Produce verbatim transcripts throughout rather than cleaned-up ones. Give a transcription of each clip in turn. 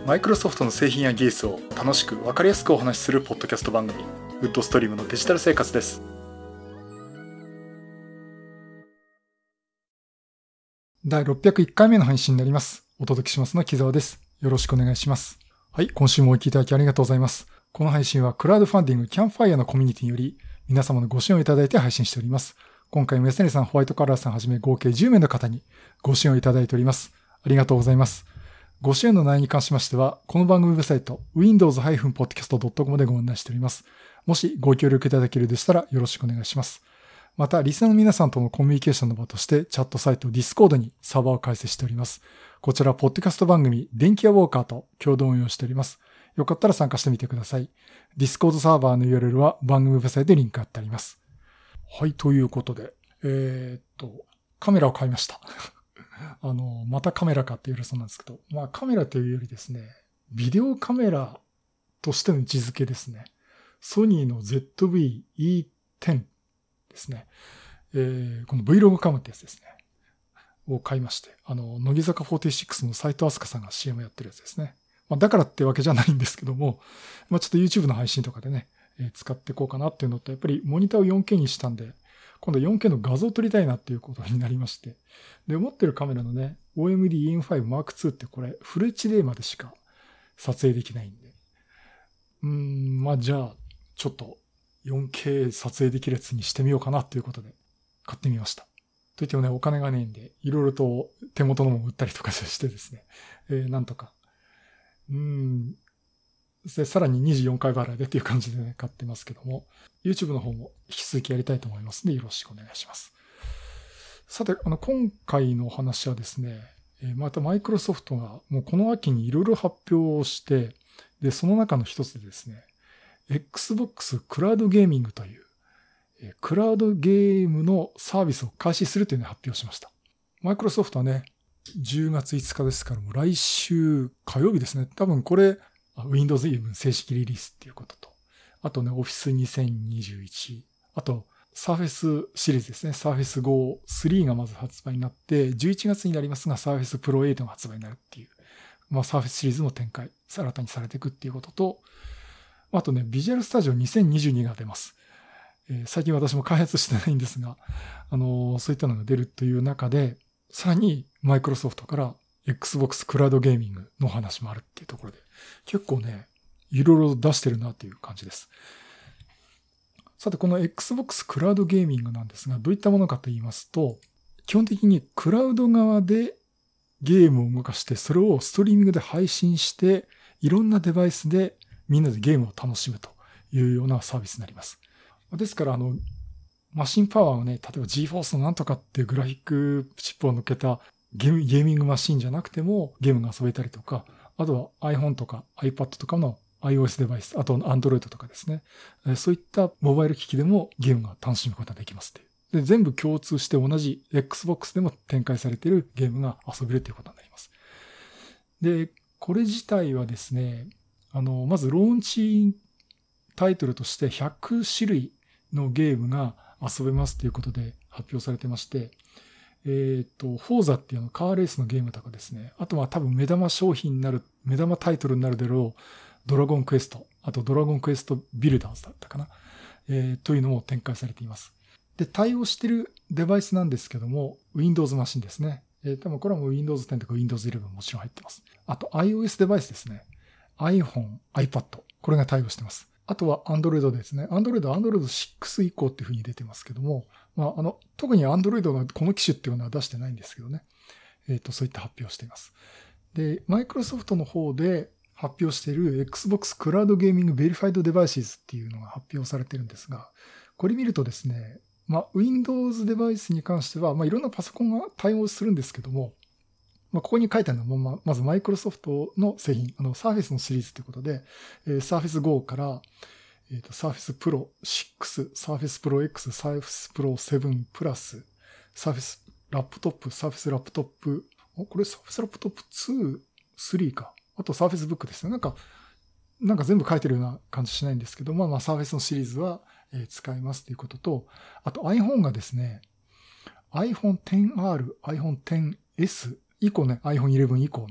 マイクロソフトの製品や技術を楽しく分かりやすくお話しするポッドキャスト番組、ウッドストリームのデジタル生活です。 だいろっぴゃくいっかいめの配信になります。お届けしますのは木澤です。よろしくお願いします。はい、今週もお聞きいただきありがとうございます。この配信はクラウドファンディングキャンファイアのコミュニティにより皆様のご支援をいただいて配信しております。今回も安成さん、ホワイトカラーさんはじめ合計じゅうめいの方にご支援をいただいております。ありがとうございます。ご支援の内容に関しましては、この番組ウェブサイト ウィンドウズ ポッドキャスト ドットコム でご案内しております。もしご協力いただけるでしたらよろしくお願いします。また、リスナーの皆さんとのコミュニケーションの場として、チャットサイト Discord にサーバーを開設しております。こちら、ポッドキャスト番組、電気屋ウォーカーと共同運用しております。よかったら参加してみてください。Discord サーバーの ユーアールエル は番組ウェブサイトでリンク貼ってあります。はい、ということで、えー、っと、カメラを買いました。あの、またカメラかって言われそうなんですけど、まあカメラというよりですね、ビデオカメラとしての位置づけですね。ソニーの ゼットブイイーテン ですね。えー、この Vlog カムってやつですね。を買いまして、あの、乃木坂フォーティシックスの斉藤飛鳥さんが シーエム やってるやつですね。まあだからってわけじゃないんですけども、まあちょっと YouTube の配信とかでね、えー、使っていこうかなっていうのと、やっぱりモニターを ヨーケー にしたんで、今度 ヨーケー の画像を撮りたいなっていうことになりまして。で、持ってるカメラのね、オーエムディーイーエムファイブマークツー ってこれ、フル エイチディー までしか撮影できないんで。うーん、まあじゃあ、ちょっと ヨーケー 撮影できるやつにしてみようかなということで、買ってみました。といってもね、お金がねえんで、いろいろと手元のも売ったりとかしてですね、えー、なんとか。うーん。で、さらににじゅうよんかい払いでっていう感じでね、買ってますけども、YouTube の方も引き続きやりたいと思いますので、よろしくお願いします。さて、あの、今回の話はですね、またマイクロソフトがもうこの秋にいろいろ発表をして、で、その中の一つでですね、Xbox クラウドゲーミングという、クラウドゲームのサービスを開始するというのを発表しました。マイクロソフトはね、じゅうがついつかですから、もう来週火曜日ですね。多分これ、Windows イレブン正式リリースっていうことと、あとね、Office にせんにじゅういち、あと Surface シリーズですね。Surface Go スリーがまず発売になって、じゅういちがつになりますが Surface Pro エイトが発売になるっていう、まあ Surface シリーズの展開、新たにされていくっていうことと、あとね、Visual Studio にせんにじゅうにが出ます。えー、最近私も開発してないんですが、あのー、そういったのが出るという中で、さらに Microsoft から Xbox クラウドゲーミングの話もあるっていうところで、結構ね、いろいろ出してるなという感じです。さて、この Xbox クラウドゲーミングなんですが、どういったものかと言いますと、基本的にクラウド側でゲームを動かして、それをストリーミングで配信して、いろんなデバイスでみんなでゲームを楽しむというようなサービスになります。ですから、あの、マシンパワーをね、例えば GeForce のなんとかっていうグラフィックチップを乗っけたゲーミングマシンじゃなくてもゲームが遊べたりとか、あとは iPhone とか iPad とかの iOS デバイス、あと Android とかですね。そういったモバイル機器でもゲームが楽しむことができますっていう。で、全部共通して同じ Xbox でも展開されているゲームが遊べるということになります。で、これ自体はですね、あの、まずローンチタイトルとしてひゃくしゅるいのゲームが遊べますということで発表されてまして、えっと、フォーザっていうのカーレースのゲームとかですね。あとは多分目玉商品になる、目玉タイトルになるでろう、ドラゴンクエスト、あとドラゴンクエストビルダーズだったかな、えー、というのも展開されています。で、対応しているデバイスなんですけども、Windows マシンですね。えー、多分これはもう Windows テンとか Windows イレブンもちろん入ってます。あと iOS デバイスですね。iPhone、iPad、これが対応してます。あとは Android ですね。Android、Android シックス以降っていう風に出てますけども、まあ、あの、特に Android がこの機種っていうのは出してないんですけどね。えっと、そういった発表をしています。で、Microsoft の方で発表している Xbox クラウドゲーミング Verified Devices っていうのが発表されてるんですが、これ見るとですね、まあ、Windows デバイスに関しては、まあ、いろんなパソコンが対応するんですけども、まあ、ここに書いてあるのは、まあ、まず Microsoft の製品、あの、Surface のシリーズということで、えー、Surface Go から、えっと、Surface Pro シックス、Surface Pro X、Surface Pro セブンプラス、Surface Laptop、Surface Laptop、これ Surface Laptop ツー、スリーか。あと Surface Book ですね。なんか、なんか全部書いてるような感じしないんですけど、まあまあ Surface のシリーズは使いますということと、あと iPhone がですね、アイフォンテンアール、アイフォンテンエス 以降ね、アイフォンイレブン 以降の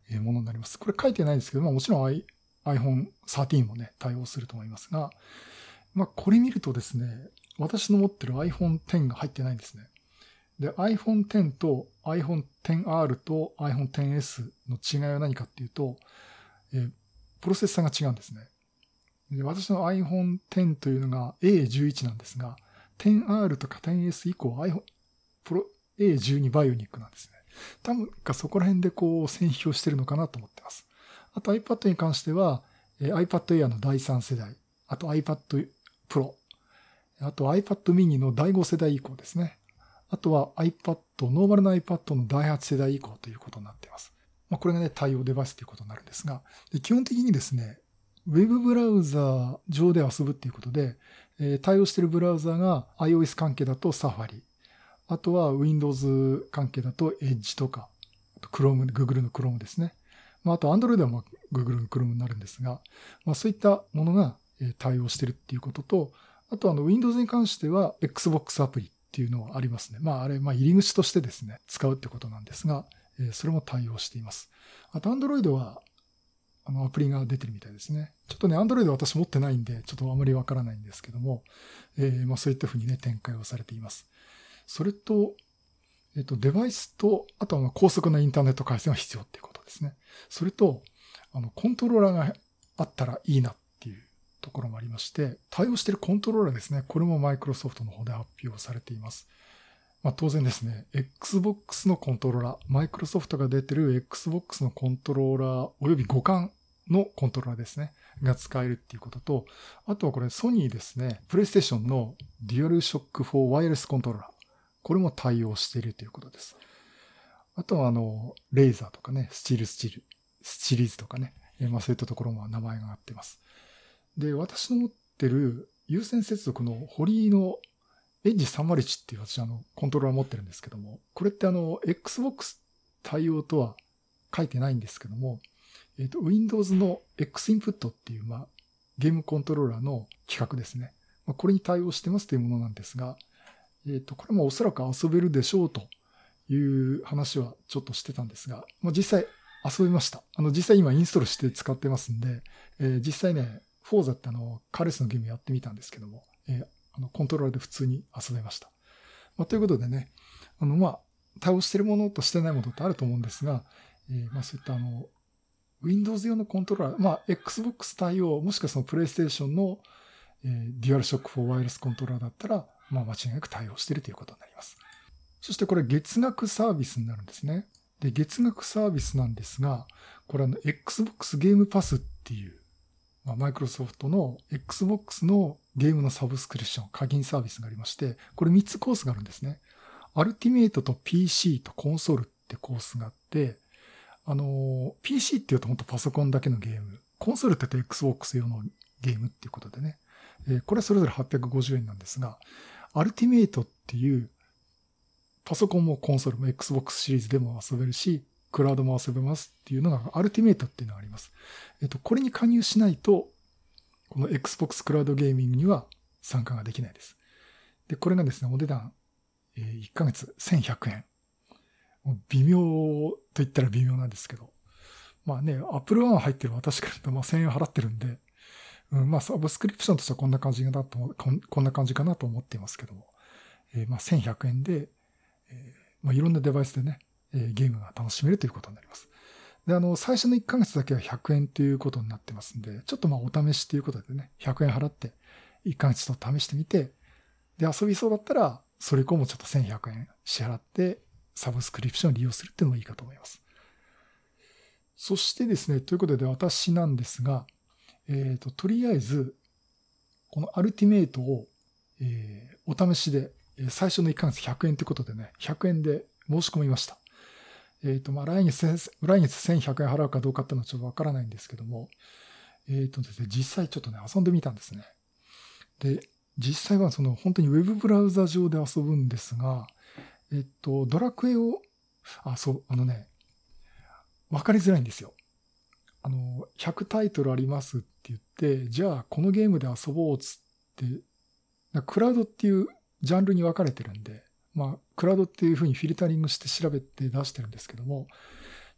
ものになります。これ書いてないですけど、まあもちろん アイフォンサーティーン もね、対応すると思いますが、まあこれ見るとですね、私の持ってる アイフォンテン が入ってないんですね。で、アイフォンテン と アイフォンテンアール と アイフォンテンエス の違いは何かっていうと、えー、プロセッサーが違うんですね。で、私の アイフォンテン というのが エーじゅういち なんですが、テンアール とか テンエス 以降 iPhone、プロ エーじゅうに バイオニックなんですね。多分かそこら辺でこう線引きをしてるのかなと思ってます。あと iPad に関しては、えー、iPad Air のだいさん世代、あと iPad Pro、あと iPad mini のだいご世代以降ですね。あとは iPad、ノーマルな iPad のだいはち世代以降ということになっています。まあ、これがね、対応デバイスということになるんですが、で基本的にですね、ウェブブラウザ上で遊ぶっていうことで、えー、対応しているブラウザが iOS 関係だと Safari、あとは Windows 関係だと Edge とか、あと Chrome、Google の Chrome ですね。まあ、あと Android はまあ Google の Chrome になるんですが、まあ、そういったものが対応しているっていうことと、あとあの Windows に関しては Xbox アプリっていうのはありますね。まああれ、まあ入り口としてですね、使うってことなんですが、それも対応しています。あと Android はあのアプリが出てるみたいですね。ちょっとね、Android 私持ってないんで、ちょっとあまりわからないんですけども、えー、まあそういったふうにね、展開をされています。それと、えっと、デバイスと、あとは高速なインターネット回線が必要っていうことですね。それと、あの、コントローラーがあったらいいなっていうところもありまして、対応しているコントローラーですね。これもマイクロソフトの方で発表されています。まあ、当然ですね、Xbox のコントローラー、マイクロソフトが出ている Xbox のコントローラーおよび互換のコントローラーですね、が使えるっていうことと、あとはこれソニーですね、PlayStation の DualShock フォー ワイヤレスコントローラー、これも対応しているということです。あとはあの、レーザーとかね、スチールスチール、シリーズとかね、まあそういったところも名前が挙がっています。で、私の持ってる有線接続のホリーのエッジさんまるいちっていう私あのコントローラー持ってるんですけども、これってあの Xbox 対応とは書いてないんですけども、えっと Windows の X インプットっていうまあゲームコントローラーの規格ですね。まあ、これに対応してますというものなんですが、えっとこれもおそらく遊べるでしょうという話はちょっとしてたんですが、まあ、実際遊びました。あの実際今インストールして使ってますんで、えー、実際ね、フォーザってあのカーレスのゲームやってみたんですけども、えーあのコントローラーで普通に遊べました。まあ、ということでね、あの、まあ、対応しているものとしてないものってあると思うんですが、えー、まあ、そういったあの、Windows 用のコントローラー、まあ、Xbox 対応、もしくはその PlayStation の、えー、DualShock フォー ワイヤレスコントローラーだったら、まあ、間違いなく対応しているということになります。そしてこれ月額サービスになるんですね。で、月額サービスなんですが、これあの、Xbox ゲームパスっていう、まあ、マイクロソフトの Xbox のゲームのサブスクリプション、課金サービスがありまして、これみっつコースがあるんですね。アルティメイトと ピーシー とコンソールってコースがあって、あの、ピーシー って言うと本当パソコンだけのゲーム。コンソールって言うと Xbox 用のゲームっていうことでね。えー、これはそれぞれはっぴゃくごじゅうえんなんですが、アルティメイトっていうパソコンもコンソールも Xbox シリーズでも遊べるし、クラウドも遊べますっていうのが、アルティメイトっていうのがあります。えっと、これに加入しないと、この Xbox クラウドゲーミングには参加ができないです。で、これがですね、お値段、えー、いっかげつせんひゃくえん。もう微妙と言ったら微妙なんですけど。まあね、Apple One 入ってる私から言うと、まあせんえん払ってるんで、うん、まあサブスクリプションとしてはこんな感じかなと、こん、こんな感じかなと思っていますけども。えー、まあせんひゃくえんで、えー、まあいろんなデバイスでね、ゲームが楽しめるということになります。で、あの、最初のいっかげつだけはひゃくえんということになってますんで、ちょっとまあお試しということでね、ひゃくえん払っていっかげつと試してみて、で、遊びそうだったら、それ以降もちょっとせんひゃくえん支払ってサブスクリプションを利用するっていうのもいいかと思います。そしてですね、ということで私なんですが、えっと、とりあえず、このアルティメイトを、えー、お試しで、最初のいっかげつひゃくえんということでね、ひゃくえんで申し込みました。えっと、まあ、来月、来月せんひゃくえん払うかどうかっていうのはちょっとわからないんですけども、えっとですね、実際ちょっとね、遊んでみたんですね。で、実際はその本当にウェブブラウザ上で遊ぶんですが、えっと、ドラクエを、あ、そう、あのね、わかりづらいんですよ。あの、ひゃくタイトルありますって言って、じゃあこのゲームで遊ぼうっつって、クラウドっていうジャンルに分かれてるんで、まあ、クラウドっていうふうにフィルタリングして調べて出してるんですけども、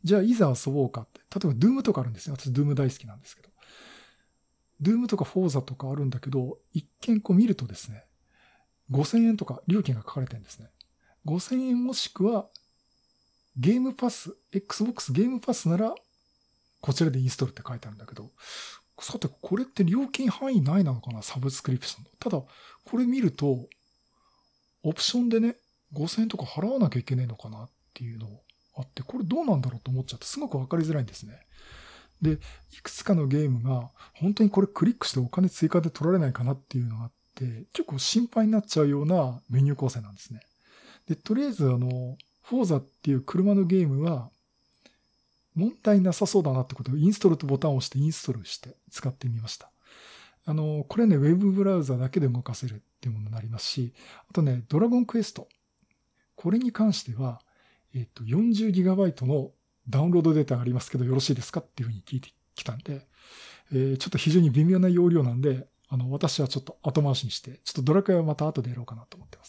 じゃあいざ遊ぼうかって。例えば Doom とかあるんですよ。私 Doom 大好きなんですけど。Doom とか Forza とかあるんだけど、一見こう見るとですね、ごせんえんとか料金が書かれてるんですね。ごせんえんもしくは、ゲームパス、Xbox ゲームパスなら、こちらでインストールって書いてあるんだけど、さて、これって料金範囲内なのかな、サブスクリプションの。ただ、これ見ると、オプションでね、ごせんえんとか払わなきゃいけないのかなっていうのあって、これどうなんだろうと思っちゃって、すごくわかりづらいんですね。で、いくつかのゲームが、本当にこれクリックしてお金追加で取られないかなっていうのがあって、結構心配になっちゃうようなメニュー構成なんですね。で、とりあえずあの、フォーザっていう車のゲームは、問題なさそうだなってことで、インストールとボタンを押してインストールして使ってみました。あの、これね、ウェブブラウザだけで動かせるっていうものになりますし、あとね、ドラゴンクエスト。これに関しては、えっと、よんじゅうギガバイト のダウンロードデータがありますけど、よろしいですかっていうふうに聞いてきたんで、えー、ちょっと非常に微妙な容量なんで、あの、私はちょっと後回しにして、ちょっとドラクエはまた後でやろうかなと思ってます。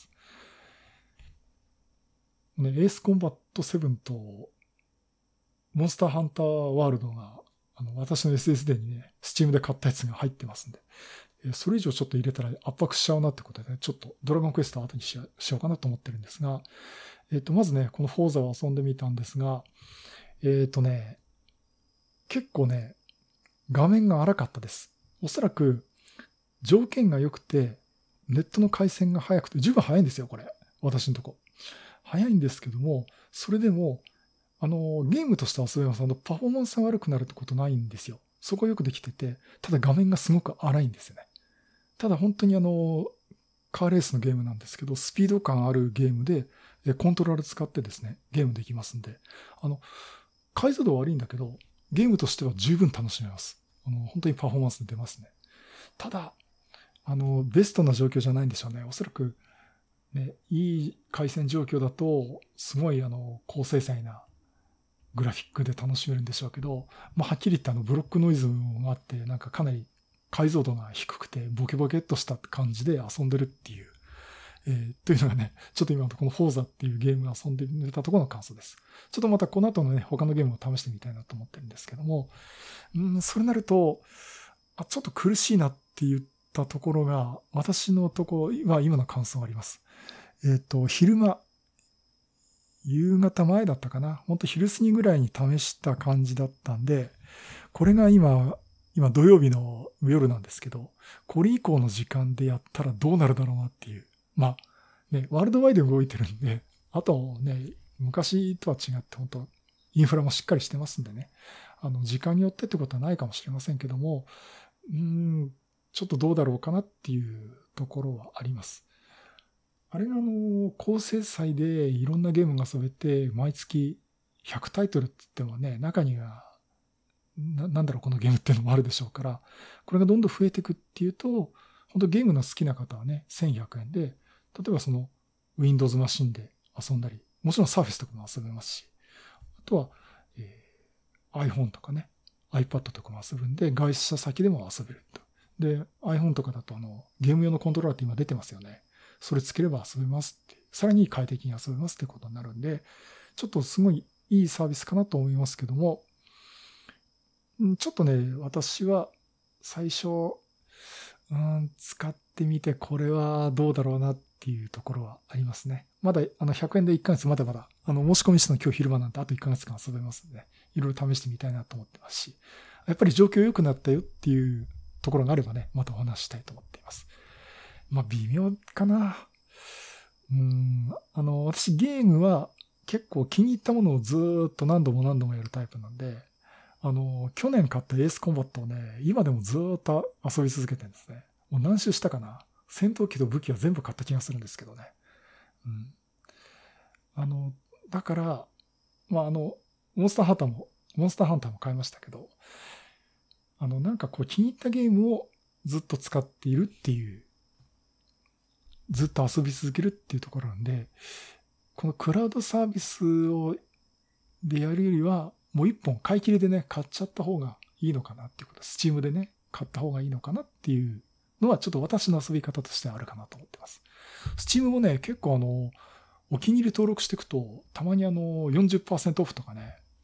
ね、エースコンバットセブンと、モンスターハンターワールドが、あの、私の エスエスディー にね、スチームで買ったやつが入ってますんで、それ以上ちょっと入れたら圧迫しちゃうなってことでね、ちょっとドラゴンクエストを後にしようかなと思ってるんですが、えっと、まずね、このフォーザを遊んでみたんですが、えっとね、結構ね、画面が荒かったです。おそらく、条件が良くて、ネットの回線が速くて、十分速いんですよ、これ。私のとこ。速いんですけども、それでも、あの、ゲームとして遊べます。あの、パフォーマンスが悪くなるってことないんですよ。そこはよくできてて、ただ画面がすごく荒いんですよね。ただ本当にあの、カーレースのゲームなんですけど、スピード感あるゲームで、コントローラー使ってですね、ゲームできますんで、あの、解像度は悪いんだけど、ゲームとしては十分楽しめます。あの、本当にパフォーマンス出ますね。ただ、あの、ベストな状況じゃないんでしょうね。おそらく、ね、いい回線状況だと、すごいあの、高精細なグラフィックで楽しめるんでしょうけど、まあ、はっきり言ってあの、ブロックノイズもあって、なんかかなり解像度が低くて、ボケボケっとした感じで遊んでるっていう、えー、というのがね、ちょっと今のこのフォーザっていうゲームを遊んでみたところの感想です。ちょっとまたこの後のね、他のゲームを試してみたいなと思ってるんですけども、うん、それになると、あ、ちょっと苦しいなって言ったところが、私のところは今の感想があります。えっと、昼間、夕方前だったかな。ほんと昼過ぎぐらいに試した感じだったんで、これが今、今土曜日の夜なんですけど、これ以降の時間でやったらどうなるだろうなっていう。まあ、ね、ワールドワイド動いてるんで、あとね、昔とは違って本当インフラもしっかりしてますんでね、あの、時間によってってことはないかもしれませんけども、うーん、ちょっとどうだろうかなっていうところはあります。あれがあの、高精細でいろんなゲームが遊べて、毎月ひゃくタイトルって言ってもね、中には、な、なんだろうこのゲームっていうのもあるでしょうから、これがどんどん増えていくっていうと、本当ゲームの好きな方はね、せんひゃくえんで、例えばその Windows マシンで遊んだり、もちろん Surface とかも遊べますし、あとは、えー、iPhone とかね、iPad とかも遊ぶんで、外出先でも遊べると。で、iPhone とかだとあの、ゲーム用のコントローラーって今出てますよね。それつければ遊べますって、さらに快適に遊べますってことになるんで、ちょっとすごいいいサービスかなと思いますけども、ちょっとね、私は最初、うん、使ってみてこれはどうだろうなっていうところはありますね。まだあのひゃくえんでいっかげつまだまだ、あの申し込みしたの今日昼間なんてあといっかげつかん遊べますので、いろいろ試してみたいなと思ってますし、やっぱり状況良くなったよっていうところがあればね、またお話したいと思っています。まあ、微妙かな。うーん、あの、私ゲームは結構気に入ったものをずーっと何度も何度もやるタイプなんで、あの、去年買ったエースコンバットをね、今でもずーっと遊び続けてるんですね。もう何周したかな。戦闘機と武器は全部買った気がするんですけどね。うん。あの、だから、まあ、あの、モンスターハンターも、モンスターハンターも買いましたけど、あの、なんかこう気に入ったゲームをずっと使っているっていう、ずっと遊び続けるっていうところなんで、このクラウドサービスをでやるよりは、もう一本買い切りでね、買っちゃった方がいいのかなっていうこと。スチームでね、買った方がいいのかなっていうのはちょっと私の遊び方としてはあるかなと思ってます。スチームもね、結構あの、お気に入り登録していくと、たまにあの、よんじゅっパーセントオフとかね、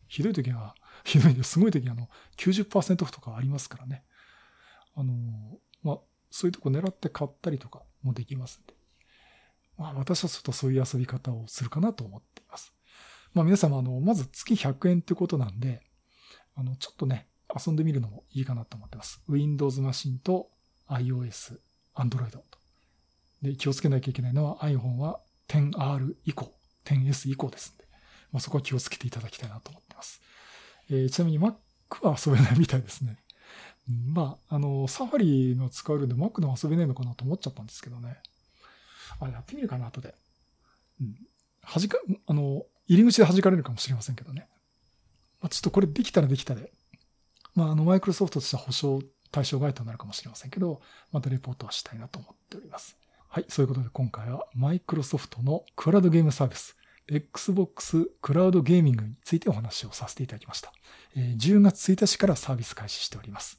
ひどい時は、ひどいですごい時はあの きゅうじゅっパーセント オフとかありますからね。あの、まあ、そういうとこ狙って買ったりとかもできますんで。まあ、私はちょっとそういう遊び方をするかなと思っています。まあ、皆様、あの、まず月ひゃくえんってことなんで、あの、ちょっとね、遊んでみるのもいいかなと思ってます。Windows マシンと iOS、Android と。で、気をつけなきゃいけないのは iPhone は テンアール 以降、テンエス 以降ですんで、まあ、そこは気をつけていただきたいなと思ってます。えー、ちなみに Mac は遊べないみたいですね。まあ、あの、サファリの使えるんで Mac でも遊べないのかなと思っちゃったんですけどね。あれやってみるかな、後で。うん。弾か、あの、入り口で弾かれるかもしれませんけどね。まあ、ちょっとこれできたらできたで。まあ、あの、マイクロソフトとしては保証対象該当になるかもしれませんけど、またレポートはしたいなと思っております。はい。そういうことで今回はマイクロソフトのクラウドゲームサービス、Xbox クラウドゲーミングについてお話をさせていただきました。えー、じゅうがつついたちからサービス開始しております。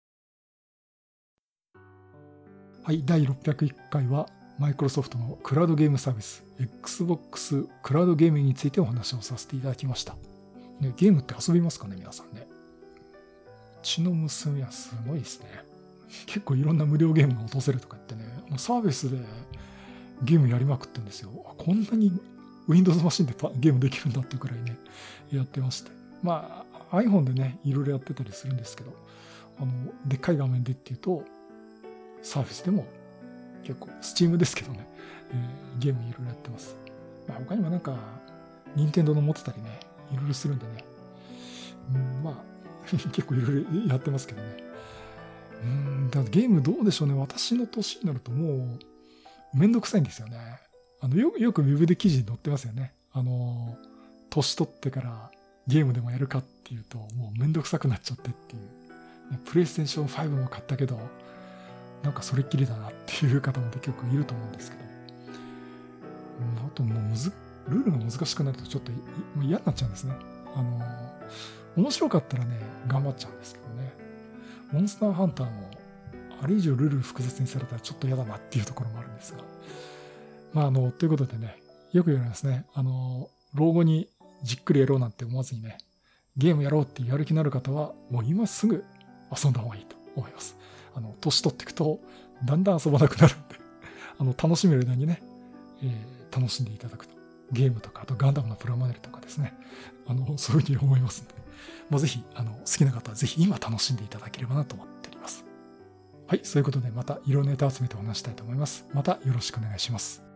はい。だいろっぴゃくいっかいはマイクロソフトのクラウドゲームサービス、Xbox クラウドゲーミングについてお話をさせていただきました。ね、ゲームって遊びますかね、皆さんね。うちの娘はすごいですね。結構いろんな無料ゲームが落とせるとか言ってね、サービスでゲームやりまくってるんですよ。こんなに Windows マシンでゲームできるんだっていうくらいね、やってまして。まあ、iPhone でね、いろいろやってたりするんですけど、あの、でっかい画面でっていうと、サービスでも結構、Steam ですけどね、えー、ゲームいろいろやってます。まあ、他にもなんか、任天堂の持ってたりね、いろいろするんでね、うん、まあ、結構いろいろやってますけどね。うん、だゲームどうでしょうね。私の年になるともうめんどくさいんですよね。あのよ、よくウェブで記事に載ってますよね。あの、年取ってからゲームでもやるかっていうともうめんどくさくなっちゃってっていう。ね、プレイステーションファイブも買ったけど、なんかそれっきりだなっていう方も結構いると思うんですけど。うん、あともうむず、ルールが難しくなるとちょっと嫌になっちゃうんですね。あの、面白かったらね、頑張っちゃうんですけどね。モンスターハンターも、あれ以上ルール複雑にされたらちょっと嫌だなっていうところもあるんですが。まあ、あの、ということでね、よく言われますね。あの、老後にじっくりやろうなんて思わずにね、ゲームやろうってやる気のある方は、もう今すぐ遊んだ方がいいと思います。あの、年取っていくと、だんだん遊ばなくなるんで、あの、楽しめる間にね、えー、楽しんでいただくと。ゲームとか、あとガンダムのプラモデルとかですね。あの、そういうふうに思いますので。もうぜひ、あの、好きな方はぜひ今楽しんでいただければなと思っております。はい、そういうことでまたいろんなネタ集めてお話したいと思います。またよろしくお願いします。